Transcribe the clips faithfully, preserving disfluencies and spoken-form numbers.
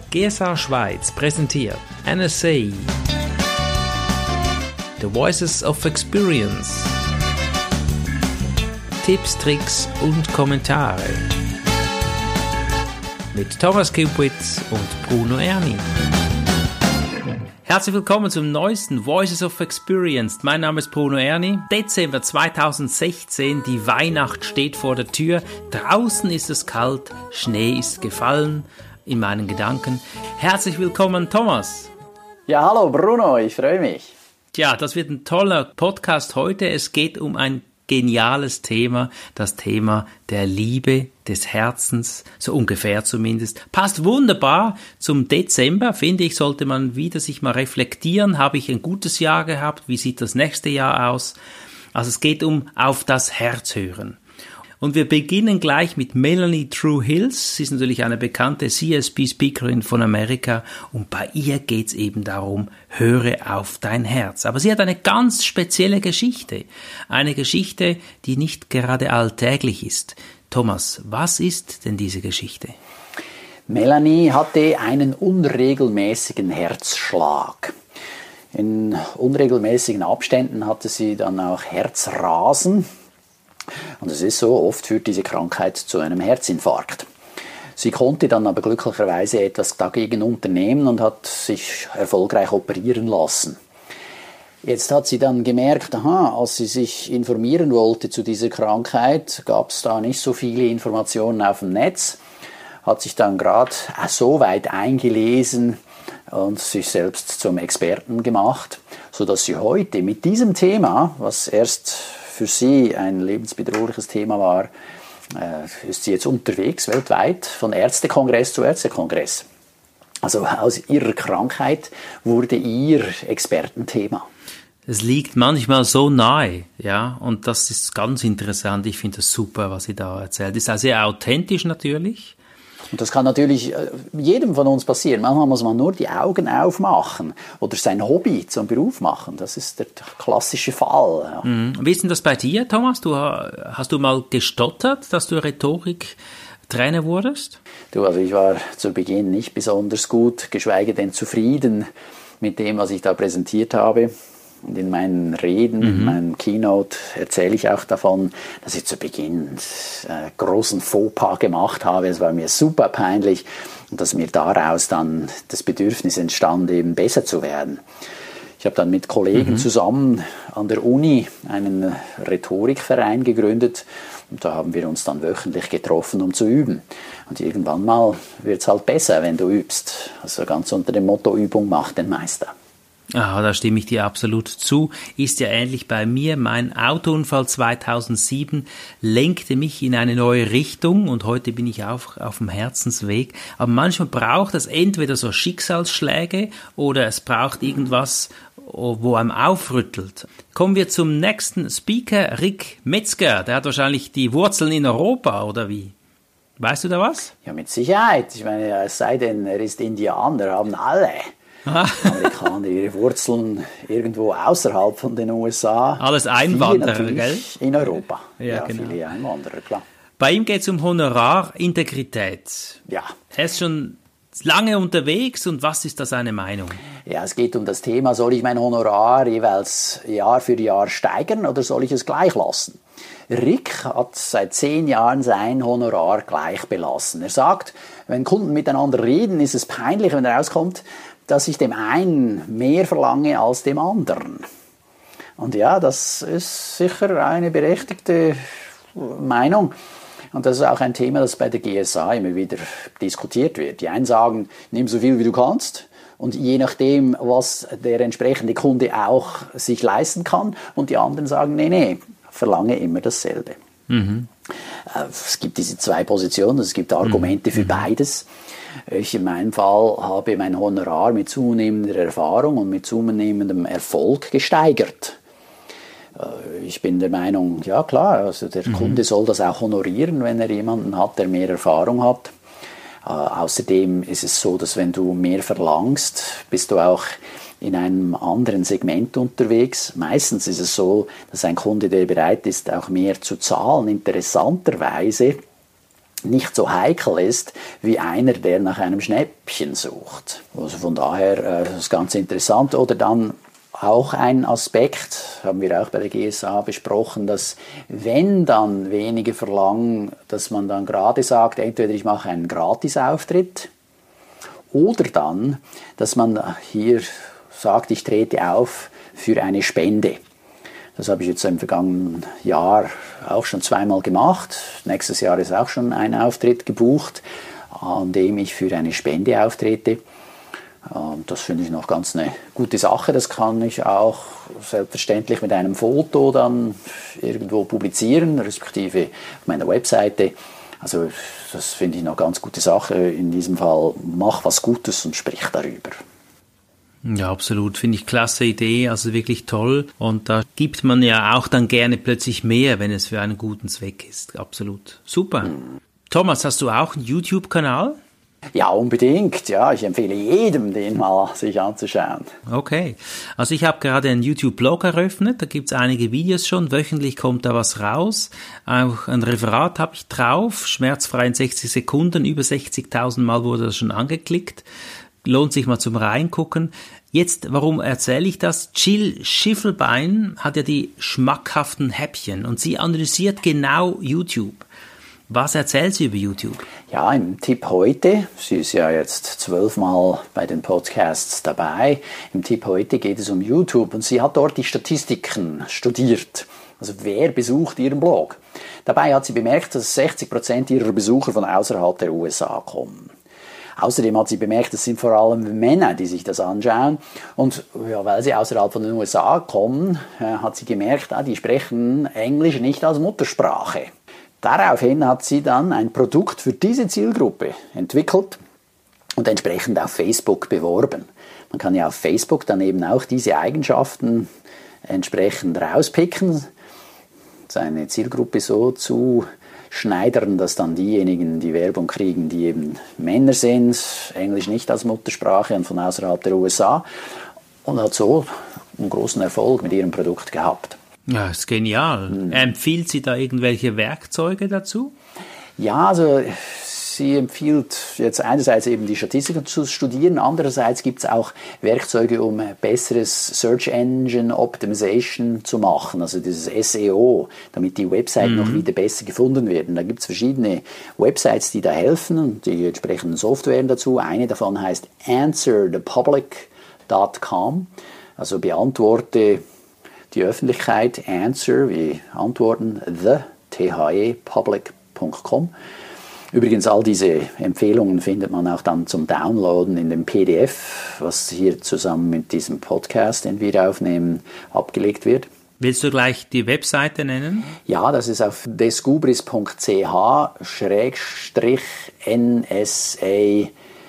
G S A Schweiz präsentiert N S A The Voices of Experience. Tipps, Tricks und Kommentare mit Thomas Kupwitz und Bruno Erni. Herzlich willkommen zum neuesten Voices of Experience. Mein Name ist Bruno Erni. Dezember zweitausendsechzehn, die Weihnacht steht vor der Tür. Draußen ist es kalt, Schnee ist gefallen in meinen Gedanken. Herzlich willkommen, Thomas. Ja, hallo Bruno, ich freue mich. Tja, das wird ein toller Podcast heute. Es geht um ein geniales Thema, das Thema der Liebe, des Herzens, so ungefähr zumindest. Passt wunderbar zum Dezember, finde ich, sollte man wieder sich mal reflektieren. Habe ich ein gutes Jahr gehabt? Wie sieht das nächste Jahr aus? Also es geht um auf das Herz hören. Und wir beginnen gleich mit Melanie True Hills. Sie ist natürlich eine bekannte C S P-Speakerin von Amerika und bei ihr geht's eben darum, höre auf dein Herz. Aber sie hat eine ganz spezielle Geschichte. Eine Geschichte, die nicht gerade alltäglich ist. Thomas, was ist denn diese Geschichte? Melanie hatte einen unregelmäßigen Herzschlag. In unregelmäßigen Abständen hatte sie dann auch Herzrasen. Und es ist so, oft führt diese Krankheit zu einem Herzinfarkt. Sie konnte dann aber glücklicherweise etwas dagegen unternehmen und hat sich erfolgreich operieren lassen. Jetzt hat sie dann gemerkt, aha, als sie sich informieren wollte zu dieser Krankheit, gab es da nicht so viele Informationen auf dem Netz, hat sich dann gerade so weit eingelesen und sich selbst zum Experten gemacht, sodass sie heute mit diesem Thema, was erst für sie ein lebensbedrohliches Thema war, äh, ist sie jetzt unterwegs weltweit von Ärztekongress zu Ärztekongress. Also aus ihrer Krankheit wurde ihr Expertenthema. Es liegt manchmal so nahe, ja, und das ist ganz interessant. Ich finde das super, was sie da erzählt. Ist auch sehr authentisch natürlich. Und das kann natürlich jedem von uns passieren. Manchmal muss man nur die Augen aufmachen oder sein Hobby zum Beruf machen. Das ist der klassische Fall. Ja. Mhm. Wie ist denn das bei dir, Thomas? Du, hast du mal gestottert, dass du Rhetoriktrainer wurdest? Du, also ich war zu Beginn nicht besonders gut, geschweige denn zufrieden mit dem, was ich da präsentiert habe. Und in meinen Reden, mhm. in meinem Keynote erzähle ich auch davon, dass ich zu Beginn äh, großen Fauxpas gemacht habe. Es war mir super peinlich und dass mir daraus dann das Bedürfnis entstand, eben besser zu werden. Ich habe dann mit Kollegen mhm. zusammen an der Uni einen Rhetorikverein gegründet und da haben wir uns dann wöchentlich getroffen, um zu üben. Und irgendwann mal wird es halt besser, wenn du übst. Also ganz unter dem Motto, Übung macht den Meister. Ah, da stimme ich dir absolut zu. Ist ja ähnlich bei mir. Mein Autounfall zweitausendsieben lenkte mich in eine neue Richtung und heute bin ich auch auf dem Herzensweg. Aber manchmal braucht es entweder so Schicksalsschläge oder es braucht irgendwas, wo einem aufrüttelt. Kommen wir zum nächsten Speaker, Rick Metzger. Der hat wahrscheinlich die Wurzeln in Europa, oder wie? Weißt du da was? Ja, mit Sicherheit. Ich meine, es sei denn, er ist Indianer, haben alle Amerikaner ihre Wurzeln irgendwo außerhalb von den U S A. Alles Einwanderer, gell? In Europa. Ja, ja, genau. Viele Einwanderer, klar. Bei ihm geht es um Honorarintegrität. Ja. Er ist schon lange unterwegs und was ist da seine Meinung? Ja, es geht um das Thema, soll ich mein Honorar jeweils Jahr für Jahr steigern oder soll ich es gleich lassen? Rick hat seit zehn Jahren sein Honorar gleich belassen. Er sagt, wenn Kunden miteinander reden, ist es peinlich, wenn rauskommt, dass ich dem einen mehr verlange als dem anderen. Und ja, das ist sicher eine berechtigte Meinung. Und das ist auch ein Thema, das bei der G S A immer wieder diskutiert wird. Die einen sagen, nimm so viel wie du kannst. Und je nachdem, was der entsprechende Kunde auch sich leisten kann. Und die anderen sagen, nee, nee, verlange immer dasselbe. Mhm. Es gibt diese zwei Positionen, es gibt Argumente mhm. für beides. Ich in meinem Fall habe mein Honorar mit zunehmender Erfahrung und mit zunehmendem Erfolg gesteigert. Ich bin der Meinung, ja klar, also der mhm. Kunde soll das auch honorieren, wenn er jemanden hat, der mehr Erfahrung hat. Äh, außerdem ist es so, dass wenn du mehr verlangst, bist du auch in einem anderen Segment unterwegs. Meistens ist es so, dass ein Kunde, der bereit ist, auch mehr zu zahlen, interessanterweise nicht so heikel ist wie einer, der nach einem Schnäppchen sucht. Also von daher äh, das ist ganz interessant. Oder dann auch ein Aspekt, haben wir auch bei der G S A besprochen, dass wenn dann wenige verlangen, dass man dann gerade sagt, entweder ich mache einen Gratisauftritt oder dann, dass man hier sagt, ich trete auf für eine Spende. Das habe ich jetzt im vergangenen Jahr auch schon zweimal gemacht. Nächstes Jahr ist auch schon ein Auftritt gebucht, an dem ich für eine Spende auftrete. Das finde ich noch ganz eine gute Sache. Das kann ich auch selbstverständlich mit einem Foto dann irgendwo publizieren, respektive auf meiner Webseite. Also das finde ich noch ganz gute Sache. In diesem Fall mach was Gutes und sprich darüber. Ja, absolut. Finde ich klasse Idee, also wirklich toll. Und da gibt man ja auch dann gerne plötzlich mehr, wenn es für einen guten Zweck ist. Absolut. Super. Mhm. Thomas, hast du auch einen YouTube-Kanal? Ja, unbedingt. Ja, ich empfehle jedem, den mal sich anzuschauen. Okay. Also ich habe gerade einen YouTube-Blog eröffnet. Da gibt's einige Videos schon. Wöchentlich kommt da was raus. Auch ein Referat habe ich drauf. Schmerzfrei in sechzig Sekunden. Über sechzigtausend Mal wurde das schon angeklickt. Lohnt sich mal zum Reingucken. Jetzt, warum erzähle ich das? Jill Schiffelbein hat ja die schmackhaften Häppchen und sie analysiert genau YouTube. Was erzählt sie über YouTube? Ja, im Tipp heute, sie ist ja jetzt zwölfmal bei den Podcasts dabei, im Tipp heute geht es um YouTube und sie hat dort die Statistiken studiert. Also wer besucht ihren Blog? Dabei hat sie bemerkt, dass sechzig Prozent ihrer Besucher von außerhalb der U S A kommen. Außerdem hat sie bemerkt, es sind vor allem Männer, die sich das anschauen. Und ja, weil sie außerhalb von den U S A kommen, äh, hat sie gemerkt, ah, die sprechen Englisch nicht als Muttersprache. Daraufhin hat sie dann ein Produkt für diese Zielgruppe entwickelt und entsprechend auf Facebook beworben. Man kann ja auf Facebook dann eben auch diese Eigenschaften entsprechend rauspicken, seine Zielgruppe so zu schneidern, dass dann diejenigen die Werbung kriegen, die eben Männer sind, Englisch nicht als Muttersprache und von außerhalb der U S A, und hat so einen großen Erfolg mit ihrem Produkt gehabt. Ja, ist genial. Mhm. Empfiehlt sie da irgendwelche Werkzeuge dazu? Ja, also sie empfiehlt jetzt einerseits eben die Statistiken zu studieren, andererseits gibt es auch Werkzeuge, um besseres Search Engine Optimization zu machen, also dieses S E O, damit die Website mhm. noch wieder besser gefunden werden. Da gibt es verschiedene Websites, die da helfen und die entsprechenden Software dazu. Eine davon heißt answer the public dot com, also beantworte die Öffentlichkeit, answer wie antworten, the, T H E, public punkt com. Übrigens, all diese Empfehlungen findet man auch dann zum Downloaden in dem P D F, was hier zusammen mit diesem Podcast, den wir aufnehmen, abgelegt wird. Willst du gleich die Webseite nennen? Ja, das ist auf descubris punkt c h schrägstrich N S A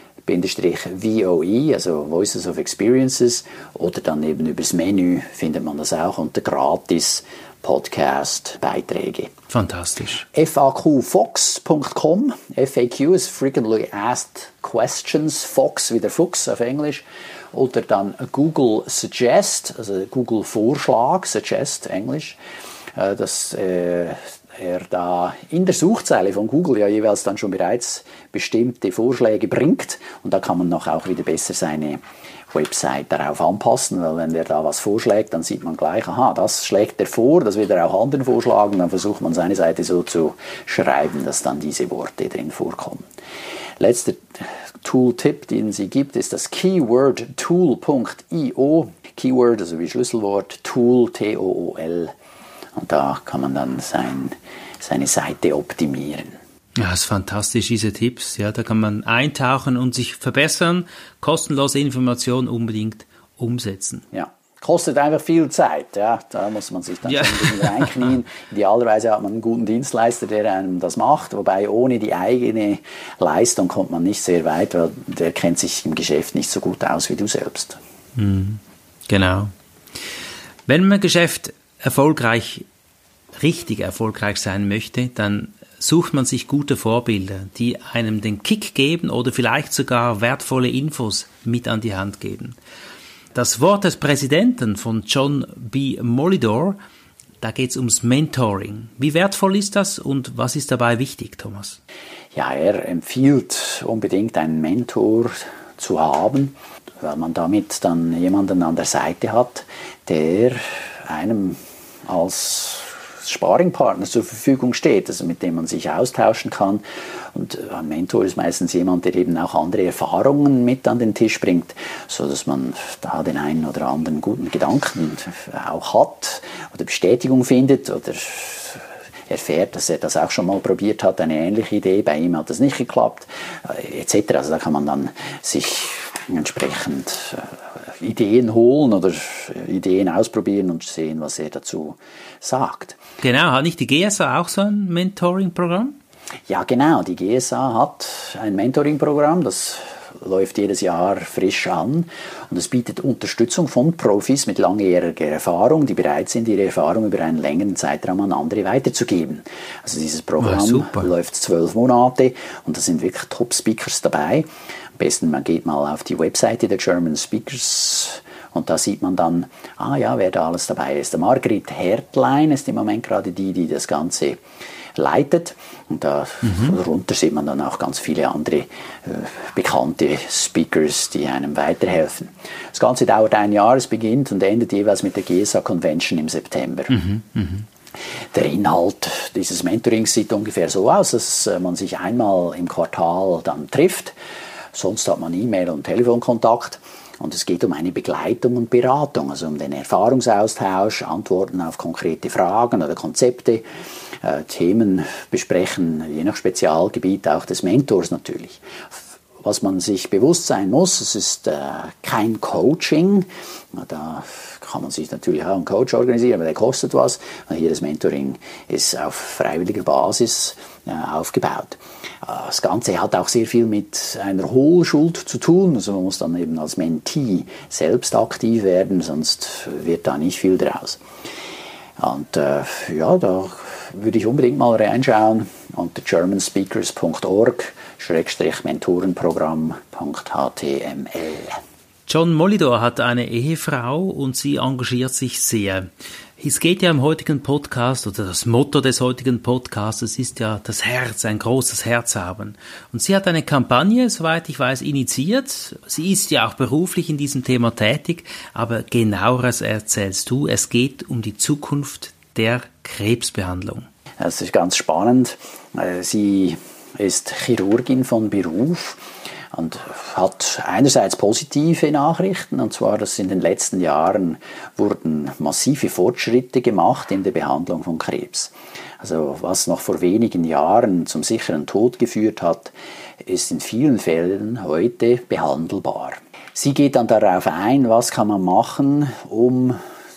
V O E, also Voices of Experiences, oder dann eben übers Menü findet man das auch unter gratis Podcast-Beiträge. Fantastisch. F A Q fox punkt com, F A Q ist Frequently Asked Questions, Fox wie der Fuchs auf Englisch, oder dann Google Suggest, also Google Vorschlag, Suggest Englisch, das äh, er da in der Suchzeile von Google ja jeweils dann schon bereits bestimmte Vorschläge bringt und da kann man noch auch wieder besser seine Website darauf anpassen, weil wenn der da was vorschlägt, dann sieht man gleich, aha, das schlägt er vor, das wird er auch anderen vorschlagen, dann versucht man seine Seite so zu schreiben, dass dann diese Worte drin vorkommen. Letzter Tool-Tipp, den sie gibt, ist das keyword tool punkt i o, Keyword, also wie Schlüsselwort, Tool, T O O L. Und da kann man dann sein, seine Seite optimieren. Ja, das ist fantastisch, diese Tipps. Ja, da kann man eintauchen und sich verbessern. Kostenlose Informationen unbedingt umsetzen. Ja, kostet einfach viel Zeit. Ja, da muss man sich dann ja. schon ein bisschen reinknien. Idealerweise hat man einen guten Dienstleister, der einem das macht. Wobei ohne die eigene Leistung kommt man nicht sehr weit, weil der kennt sich im Geschäft nicht so gut aus wie du selbst. Mhm. Genau. Wenn man Geschäft erfolgreich, richtig erfolgreich sein möchte, dann sucht man sich gute Vorbilder, die einem den Kick geben oder vielleicht sogar wertvolle Infos mit an die Hand geben. Das Wort des Präsidenten von John B. Molidor, Da geht es ums Mentoring. Wie wertvoll ist das und was ist dabei wichtig, Thomas? Ja, er empfiehlt unbedingt einen Mentor zu haben, weil man damit dann jemanden an der Seite hat, der einem als Sparringpartner zur Verfügung steht, also mit dem man sich austauschen kann. Und ein Mentor ist meistens jemand, der eben auch andere Erfahrungen mit an den Tisch bringt, so dass man da den einen oder anderen guten Gedanken auch hat oder Bestätigung findet oder erfährt, dass er das auch schon mal probiert hat, eine ähnliche Idee, bei ihm hat das nicht geklappt, et cetera. Also da kann man dann sich entsprechend Ideen holen oder Ideen ausprobieren und sehen, was er dazu sagt. Genau, hat nicht die G S A auch so ein Mentoring-Programm? Ja, genau. Die G S A hat ein Mentoring-Programm, das läuft jedes Jahr frisch an und es bietet Unterstützung von Profis mit langjähriger Erfahrung, die bereit sind, ihre Erfahrung über einen längeren Zeitraum an andere weiterzugeben. Also dieses Programm oh, läuft zwölf Monate und da sind wirklich Top-Speakers dabei. Am besten, man geht mal auf die Webseite der German Speakers und da sieht man dann, ah ja, wer da alles dabei ist. Der Margrit Hertlein ist im Moment gerade die, die das Ganze leitet. Und da mhm. darunter sieht man dann auch ganz viele andere äh, bekannte Speakers, die einem weiterhelfen. Das Ganze dauert ein Jahr, es beginnt und endet jeweils mit der G S A Convention im September. Mhm. Mhm. Der Inhalt dieses Mentorings sieht ungefähr so aus, dass man sich einmal im Quartal dann trifft. Sonst hat man E-Mail- und Telefonkontakt. Und es geht um eine Begleitung und Beratung, also um den Erfahrungsaustausch, Antworten auf konkrete Fragen oder Konzepte, äh, Themen besprechen, je nach Spezialgebiet auch des Mentors natürlich. Was man sich bewusst sein muss, es ist äh, kein Coaching, da kann man sich natürlich auch einen Coach organisieren, aber der kostet was. Und hier das Mentoring ist auf freiwilliger Basis äh, aufgebaut. Das Ganze hat auch sehr viel mit einer Hohlschuld zu tun, also man muss dann eben als Mentee selbst aktiv werden, sonst wird da nicht viel draus. Und äh, ja, da würde ich unbedingt mal reinschauen unter german speakers punkt org Schrägstrich Mentorenprogramm punkt h t m l. John Molidor hat eine Ehefrau und sie engagiert sich sehr. Es geht ja im heutigen Podcast, oder das Motto des heutigen Podcasts ist ja das Herz, ein großes Herz haben. Und sie hat eine Kampagne, soweit ich weiß, initiiert. Sie ist ja auch beruflich in diesem Thema tätig, aber genaueres erzählst du. Es geht um die Zukunft der Krebsbehandlung. Das ist ganz spannend. Sie ist Chirurgin von Beruf und hat einerseits positive Nachrichten, und zwar, dass in den letzten Jahren wurden massive Fortschritte gemacht in der Behandlung von Krebs. Also was noch vor wenigen Jahren zum sicheren Tod geführt hat, ist in vielen Fällen heute behandelbar. Sie geht dann darauf ein, was kann man machen, um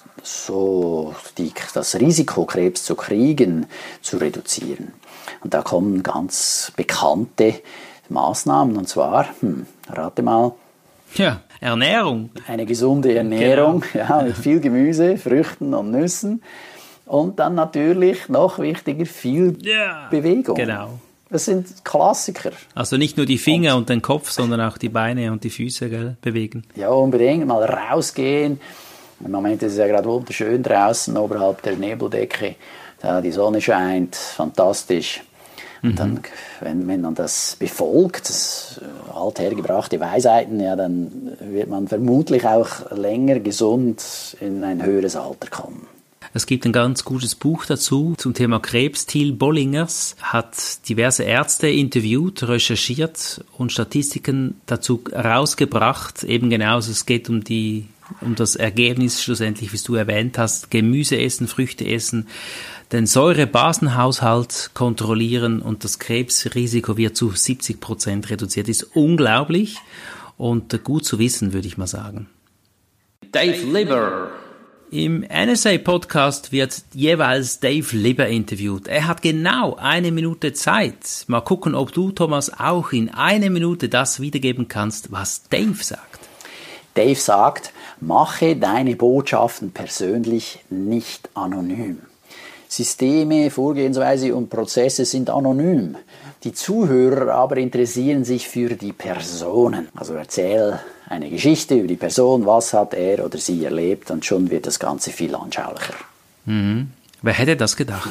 so die, das Risiko, Krebs zu kriegen, zu reduzieren. Und da kommen ganz bekannte Maßnahmen, und zwar, hm, rate mal. Ja, Ernährung. Eine gesunde Ernährung, genau. Ja, mit viel Gemüse, Früchten und Nüssen. Und dann natürlich, noch wichtiger, viel ja, Bewegung. Genau. Das sind Klassiker. Also nicht nur die Finger und, und den Kopf, sondern auch die Beine und die Füße, gell, bewegen. Ja, unbedingt. Mal rausgehen. Im Moment ist es ja gerade wunderschön draußen, oberhalb der Nebeldecke. Da die Sonne scheint, fantastisch. Und dann, wenn, wenn man das befolgt, das althergebrachte Weisheiten, ja, dann wird man vermutlich auch länger gesund in ein höheres Alter kommen. Es gibt ein ganz gutes Buch dazu zum Thema Krebs. Thiel Bollingers hat diverse Ärzte interviewt, recherchiert und Statistiken dazu rausgebracht. Eben genauso, es geht um die um das Ergebnis schlussendlich, wie du erwähnt hast, Gemüse essen, Früchte essen, den Säurebasenhaushalt kontrollieren und das Krebsrisiko wird zu siebzig Prozent reduziert. Das ist unglaublich und gut zu wissen, würde ich mal sagen. Dave Lieber. Im N S A-Podcast wird jeweils Dave Lieber interviewt. Er hat genau eine Minute Zeit. Mal gucken, ob du, Thomas, auch in einer Minute das wiedergeben kannst, was Dave sagt. Dave sagt, mache deine Botschaften persönlich, nicht anonym. Systeme, Vorgehensweise und Prozesse sind anonym. Die Zuhörer aber interessieren sich für die Personen. Also erzähl eine Geschichte über die Person, was hat er oder sie erlebt und schon wird das Ganze viel anschaulicher. Mhm. Wer hätte das gedacht?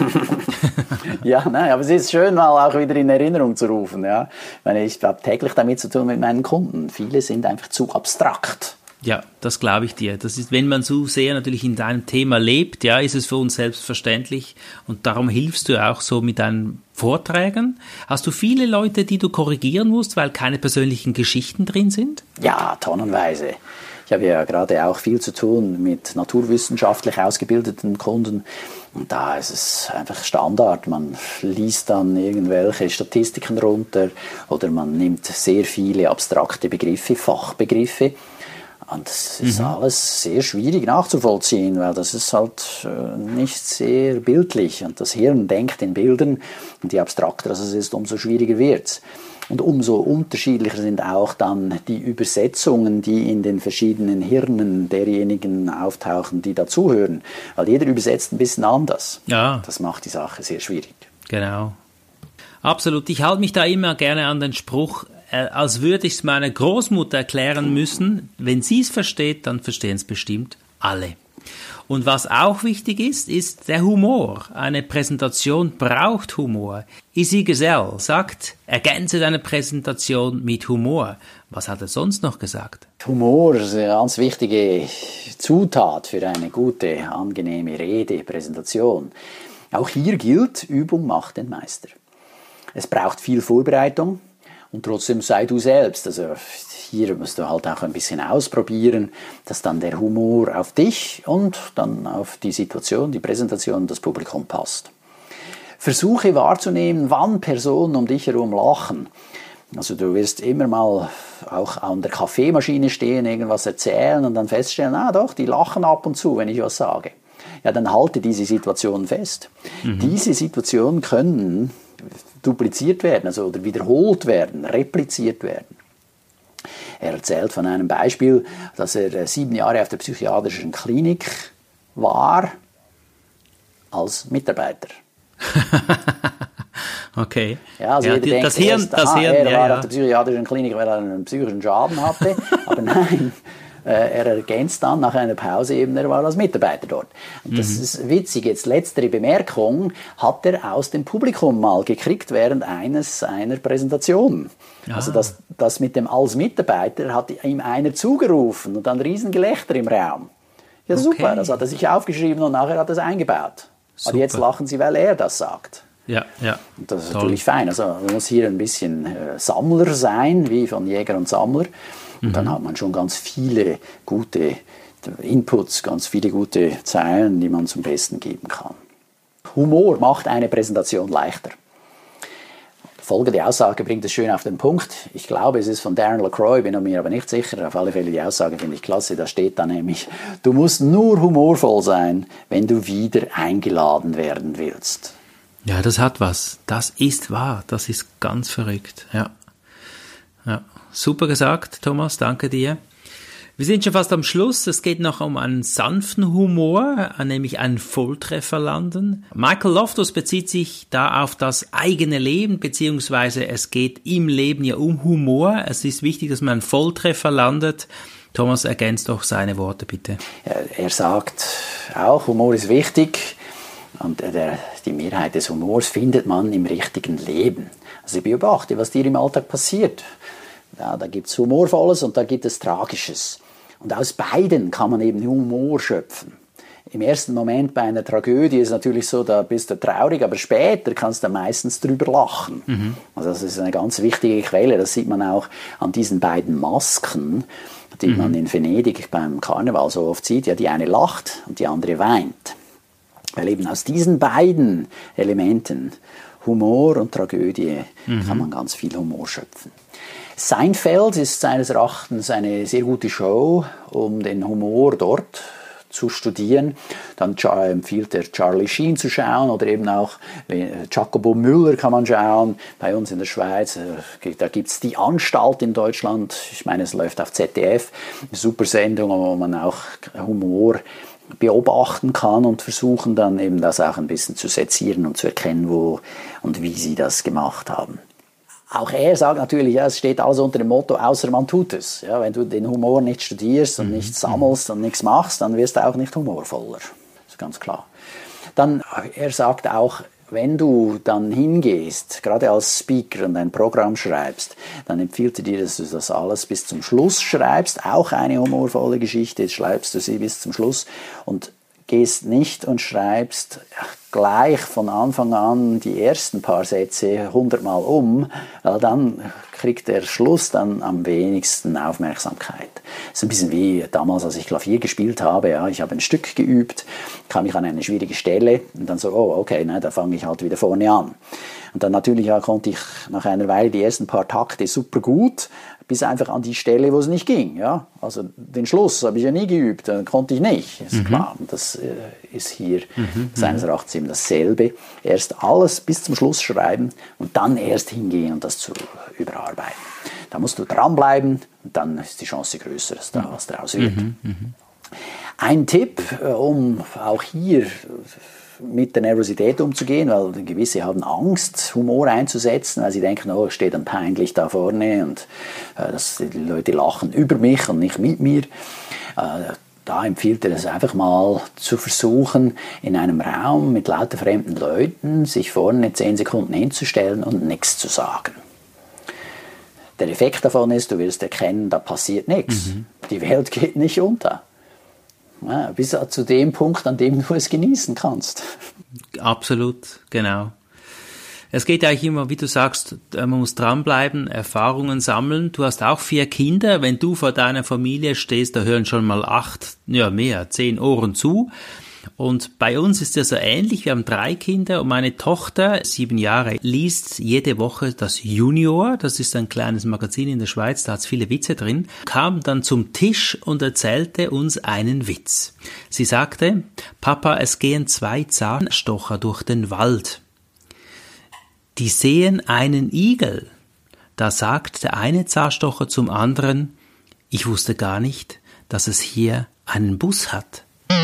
Ja, nein, aber es ist schön, mal auch wieder in Erinnerung zu rufen. Ja. Ich meine, ich habe täglich damit zu tun mit meinen Kunden. Viele sind einfach zu abstrakt. Ja, das glaube ich dir. Das ist, wenn man so sehr natürlich in deinem Thema lebt, ja, ist es für uns selbstverständlich. Und darum hilfst du auch so mit deinen Vorträgen. Hast du viele Leute, die du korrigieren musst, weil keine persönlichen Geschichten drin sind? Ja, tonnenweise. Ich habe ja gerade auch viel zu tun mit naturwissenschaftlich ausgebildeten Kunden. Und da ist es einfach Standard. Man liest dann irgendwelche Statistiken runter oder man nimmt sehr viele abstrakte Begriffe, Fachbegriffe. Und das ist mhm. alles sehr schwierig nachzuvollziehen, weil das ist halt nicht sehr bildlich. Und das Hirn denkt in Bildern. Und je abstrakter es ist, umso schwieriger wird es. Und umso unterschiedlicher sind auch dann die Übersetzungen, die in den verschiedenen Hirnen derjenigen auftauchen, die dazuhören. Weil jeder übersetzt ein bisschen anders. Ja. Das macht die Sache sehr schwierig. Genau. Absolut. Ich halte mich da immer gerne an den Spruch, äh, als würde ich es meiner Großmutter erklären müssen. Wenn sie es versteht, dann verstehen es bestimmt alle. Und was auch wichtig ist, ist der Humor. Eine Präsentation braucht Humor. Isi Gesell sagt, ergänze deine Präsentation mit Humor. Was hat er sonst noch gesagt? Humor ist eine ganz wichtige Zutat für eine gute, angenehme Rede, Präsentation. Auch hier gilt, Übung macht den Meister. Es braucht viel Vorbereitung und trotzdem sei du selbst. Also hier musst du halt auch ein bisschen ausprobieren, dass dann der Humor auf dich und dann auf die Situation, die Präsentation, das Publikum passt. Versuche wahrzunehmen, wann Personen um dich herum lachen. Also du wirst immer mal auch an der Kaffeemaschine stehen, irgendwas erzählen und dann feststellen, ah doch, die lachen ab und zu, wenn ich was sage. Ja, dann halte diese Situation fest. Mhm. Diese Situationen können dupliziert werden, also oder wiederholt werden, repliziert werden. Er erzählt von einem Beispiel, dass er sieben Jahre auf der psychiatrischen Klinik war als Mitarbeiter. Okay. Ja, also ja, jeder die, denkt das Hirn, erst, das aha, Hirn, er ja, war ja. auf der psychiatrischen Klinik, weil er einen psychischen Schaden hatte, aber nein. Er ergänzt dann nach einer Pause eben, er war als Mitarbeiter dort. Und das mhm. ist witzig. Jetzt letztere Bemerkung hat er aus dem Publikum mal gekriegt während eines einer Präsentationen. Ah. Also das, das mit dem als Mitarbeiter hat ihm einer zugerufen und dann Riesengelächter im Raum. Ja, okay. Super, das hat er sich aufgeschrieben und nachher hat er es eingebaut. Super. Aber jetzt lachen sie, weil er das sagt. Ja, ja. Und das ist Toll. Natürlich fein. Also man muss hier ein bisschen äh, Sammler sein, wie von Jäger und Sammler. Und dann hat man schon ganz viele gute Inputs, ganz viele gute Zeilen, die man zum Besten geben kann. Humor macht eine Präsentation leichter. Folgende Aussage bringt es schön auf den Punkt. Ich glaube, es ist von Darren LaCroix, bin mir aber nicht sicher. Auf alle Fälle die Aussage finde ich klasse. Da steht da nämlich, du musst nur humorvoll sein, wenn du wieder eingeladen werden willst. Ja, das hat was. Das ist wahr. Das ist ganz verrückt. Ja. Ja. Super gesagt, Thomas, danke dir. Wir sind schon fast am Schluss. Es geht noch um einen sanften Humor, nämlich einen Volltreffer landen. Michael Loftus bezieht sich da auf das eigene Leben, beziehungsweise es geht im Leben ja um Humor. Es ist wichtig, dass man einen Volltreffer landet. Thomas, ergänzt doch seine Worte, bitte. Er sagt auch, Humor ist wichtig. Und der, die Mehrheit des Humors findet man im richtigen Leben. Also beobachte, was dir im Alltag passiert. Ja, da gibt es Humorvolles und da gibt es Tragisches. Und aus beiden kann man eben Humor schöpfen. Im ersten Moment bei einer Tragödie ist es natürlich so, da bist du traurig, aber später kannst du meistens drüber lachen. Mhm. Also das ist eine ganz wichtige Quelle. Das sieht man auch an diesen beiden Masken, die mhm. man in Venedig beim Karneval so oft sieht. Ja, die eine lacht und die andere weint. Weil eben aus diesen beiden Elementen, Humor und Tragödie, mhm. kann man ganz viel Humor schöpfen. Seinfeld ist seines Erachtens eine sehr gute Show, um den Humor dort zu studieren. Dann empfiehlt er Charlie Sheen zu schauen oder eben auch Jacobo Müller kann man schauen. Bei uns in der Schweiz, da gibt es die Anstalt in Deutschland. Ich meine, es läuft auf Z D F. Eine super Sendung, wo man auch Humor beobachten kann und versuchen dann eben das auch ein bisschen zu sezieren und zu erkennen, wo und wie sie das gemacht haben. Auch er sagt natürlich, ja, es steht alles unter dem Motto, außer man tut es. Ja, wenn du den Humor nicht studierst und nicht sammelst und nichts machst, dann wirst du auch nicht humorvoller. Das ist ganz klar. Dann, er sagt auch, wenn du dann hingehst, gerade als Speaker und ein Programm schreibst, dann empfiehlt er dir, dass du das alles bis zum Schluss schreibst. Auch eine humorvolle Geschichte, jetzt schreibst du sie bis zum Schluss und gehst nicht und schreibst gleich von Anfang an die ersten paar Sätze hundertmal um, weil dann kriegt der Schluss dann am wenigsten Aufmerksamkeit. Das ist ein bisschen wie damals, als ich Klavier gespielt habe. Ja, ich habe ein Stück geübt, kam ich an eine schwierige Stelle und dann so, oh, okay, ne, da fange ich halt wieder vorne an. Und dann natürlich ja, konnte ich nach einer Weile die ersten paar Takte super gut, bis einfach an die Stelle, wo es nicht ging. Ja? Also den Schluss habe ich ja nie geübt, dann konnte ich nicht. Ist mhm. klar. Und das äh, ist hier mhm. seines Erachtens eben dasselbe. Erst alles bis zum Schluss schreiben und dann erst hingehen und das zu überarbeiten. Da musst du dranbleiben und dann ist die Chance größer, dass da was draus wird. Mhm. Mhm. Ein Tipp, um auch hier mit der Nervosität umzugehen, weil gewisse haben Angst, Humor einzusetzen, weil sie denken, oh, ich stehe dann peinlich da vorne und äh, das, die Leute lachen über mich und nicht mit mir. Äh, da empfiehlt er es einfach mal zu versuchen, in einem Raum mit lauter fremden Leuten sich vorne zehn Sekunden hinzustellen und nichts zu sagen. Der Effekt davon ist, du wirst erkennen, da passiert nichts. Mhm. Die Welt geht nicht unter. Ja, bis zu dem Punkt, an dem du es genießen kannst. Absolut, genau. Es geht eigentlich immer, wie du sagst, man muss dranbleiben, Erfahrungen sammeln. Du hast auch vier Kinder. Wenn du vor deiner Familie stehst, da hören schon mal acht, ja mehr, zehn Ohren zu. Und bei uns ist es so ähnlich. Wir haben drei Kinder und meine Tochter, sieben Jahre, liest jede Woche das Junior. Das ist ein kleines Magazin in der Schweiz, da hat es viele Witze drin. Kam dann zum Tisch und erzählte uns einen Witz. Sie sagte, Papa, es gehen zwei Zahnstocher durch den Wald. Die sehen einen Igel. Da sagt der eine Zahnstocher zum anderen, ich wusste gar nicht, dass es hier einen Bus hat.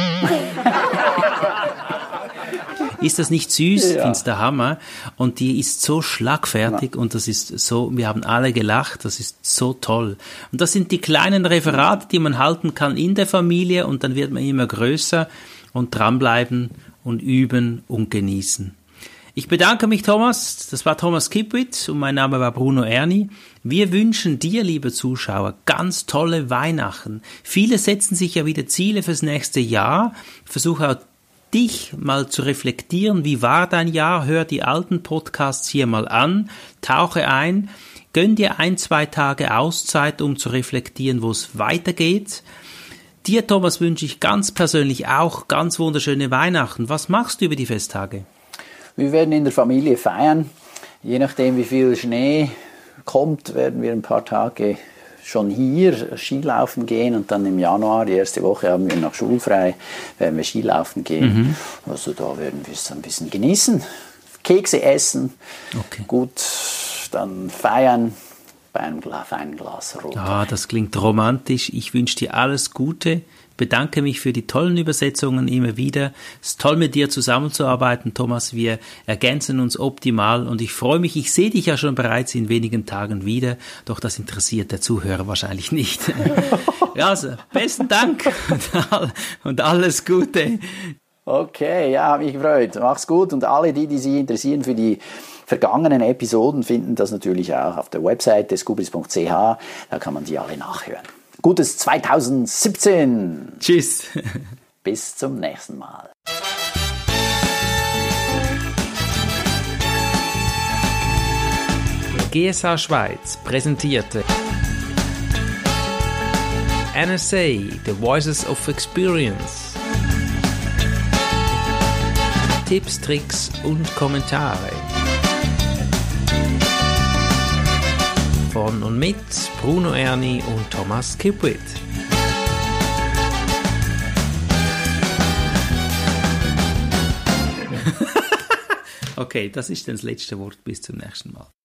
Ist das nicht süß? Ja. Find's der Hammer. Und die ist so schlagfertig ja. und das ist so, wir haben alle gelacht, das ist so toll. Und das sind die kleinen Referate, die man halten kann in der Familie und dann wird man immer größer und dranbleiben und üben und genießen. Ich bedanke mich, Thomas. Das war Thomas Kipwith und mein Name war Bruno Erni. Wir wünschen dir, liebe Zuschauer, ganz tolle Weihnachten. Viele setzen sich ja wieder Ziele fürs nächste Jahr. Versuche auch dich mal zu reflektieren. Wie war dein Jahr? Hör die alten Podcasts hier mal an. Tauche ein. Gönn dir ein, zwei Tage Auszeit, um zu reflektieren, wo es weitergeht. Dir, Thomas, wünsche ich ganz persönlich auch ganz wunderschöne Weihnachten. Was machst du über die Festtage? Wir werden in der Familie feiern. Je nachdem, wie viel Schnee kommt, werden wir ein paar Tage schon hier Skilaufen gehen und dann im Januar, die erste Woche haben wir noch schulfrei, werden wir Skilaufen gehen. Mhm. Also da werden wir es ein bisschen genießen, Kekse essen, okay. Gut, dann feiern bei einem feinen Glas Rot. Ah, das klingt romantisch. Ich wünsche dir alles Gute. Bedanke mich für die tollen Übersetzungen immer wieder. Es ist toll, mit dir zusammenzuarbeiten, Thomas. Wir ergänzen uns optimal und ich freue mich, ich sehe dich ja schon bereits in wenigen Tagen wieder, doch das interessiert der Zuhörer wahrscheinlich nicht. Ja, also, besten Dank und alles Gute. Okay, ja, hat mich gefreut. Mach's gut und alle die, die sich interessieren für die vergangenen Episoden, finden das natürlich auch auf der Webseite skubris punkt c h. Da kann man die alle nachhören. Gutes zwanzig siebzehn. Tschüss. Bis zum nächsten Mal. G S H Schweiz präsentierte N S A, The Voices of Experience. Tipps, Tricks und Kommentare. Von und mit Bruno Erni und Thomas Kipwith. Okay, das ist dann das letzte Wort. Bis zum nächsten Mal.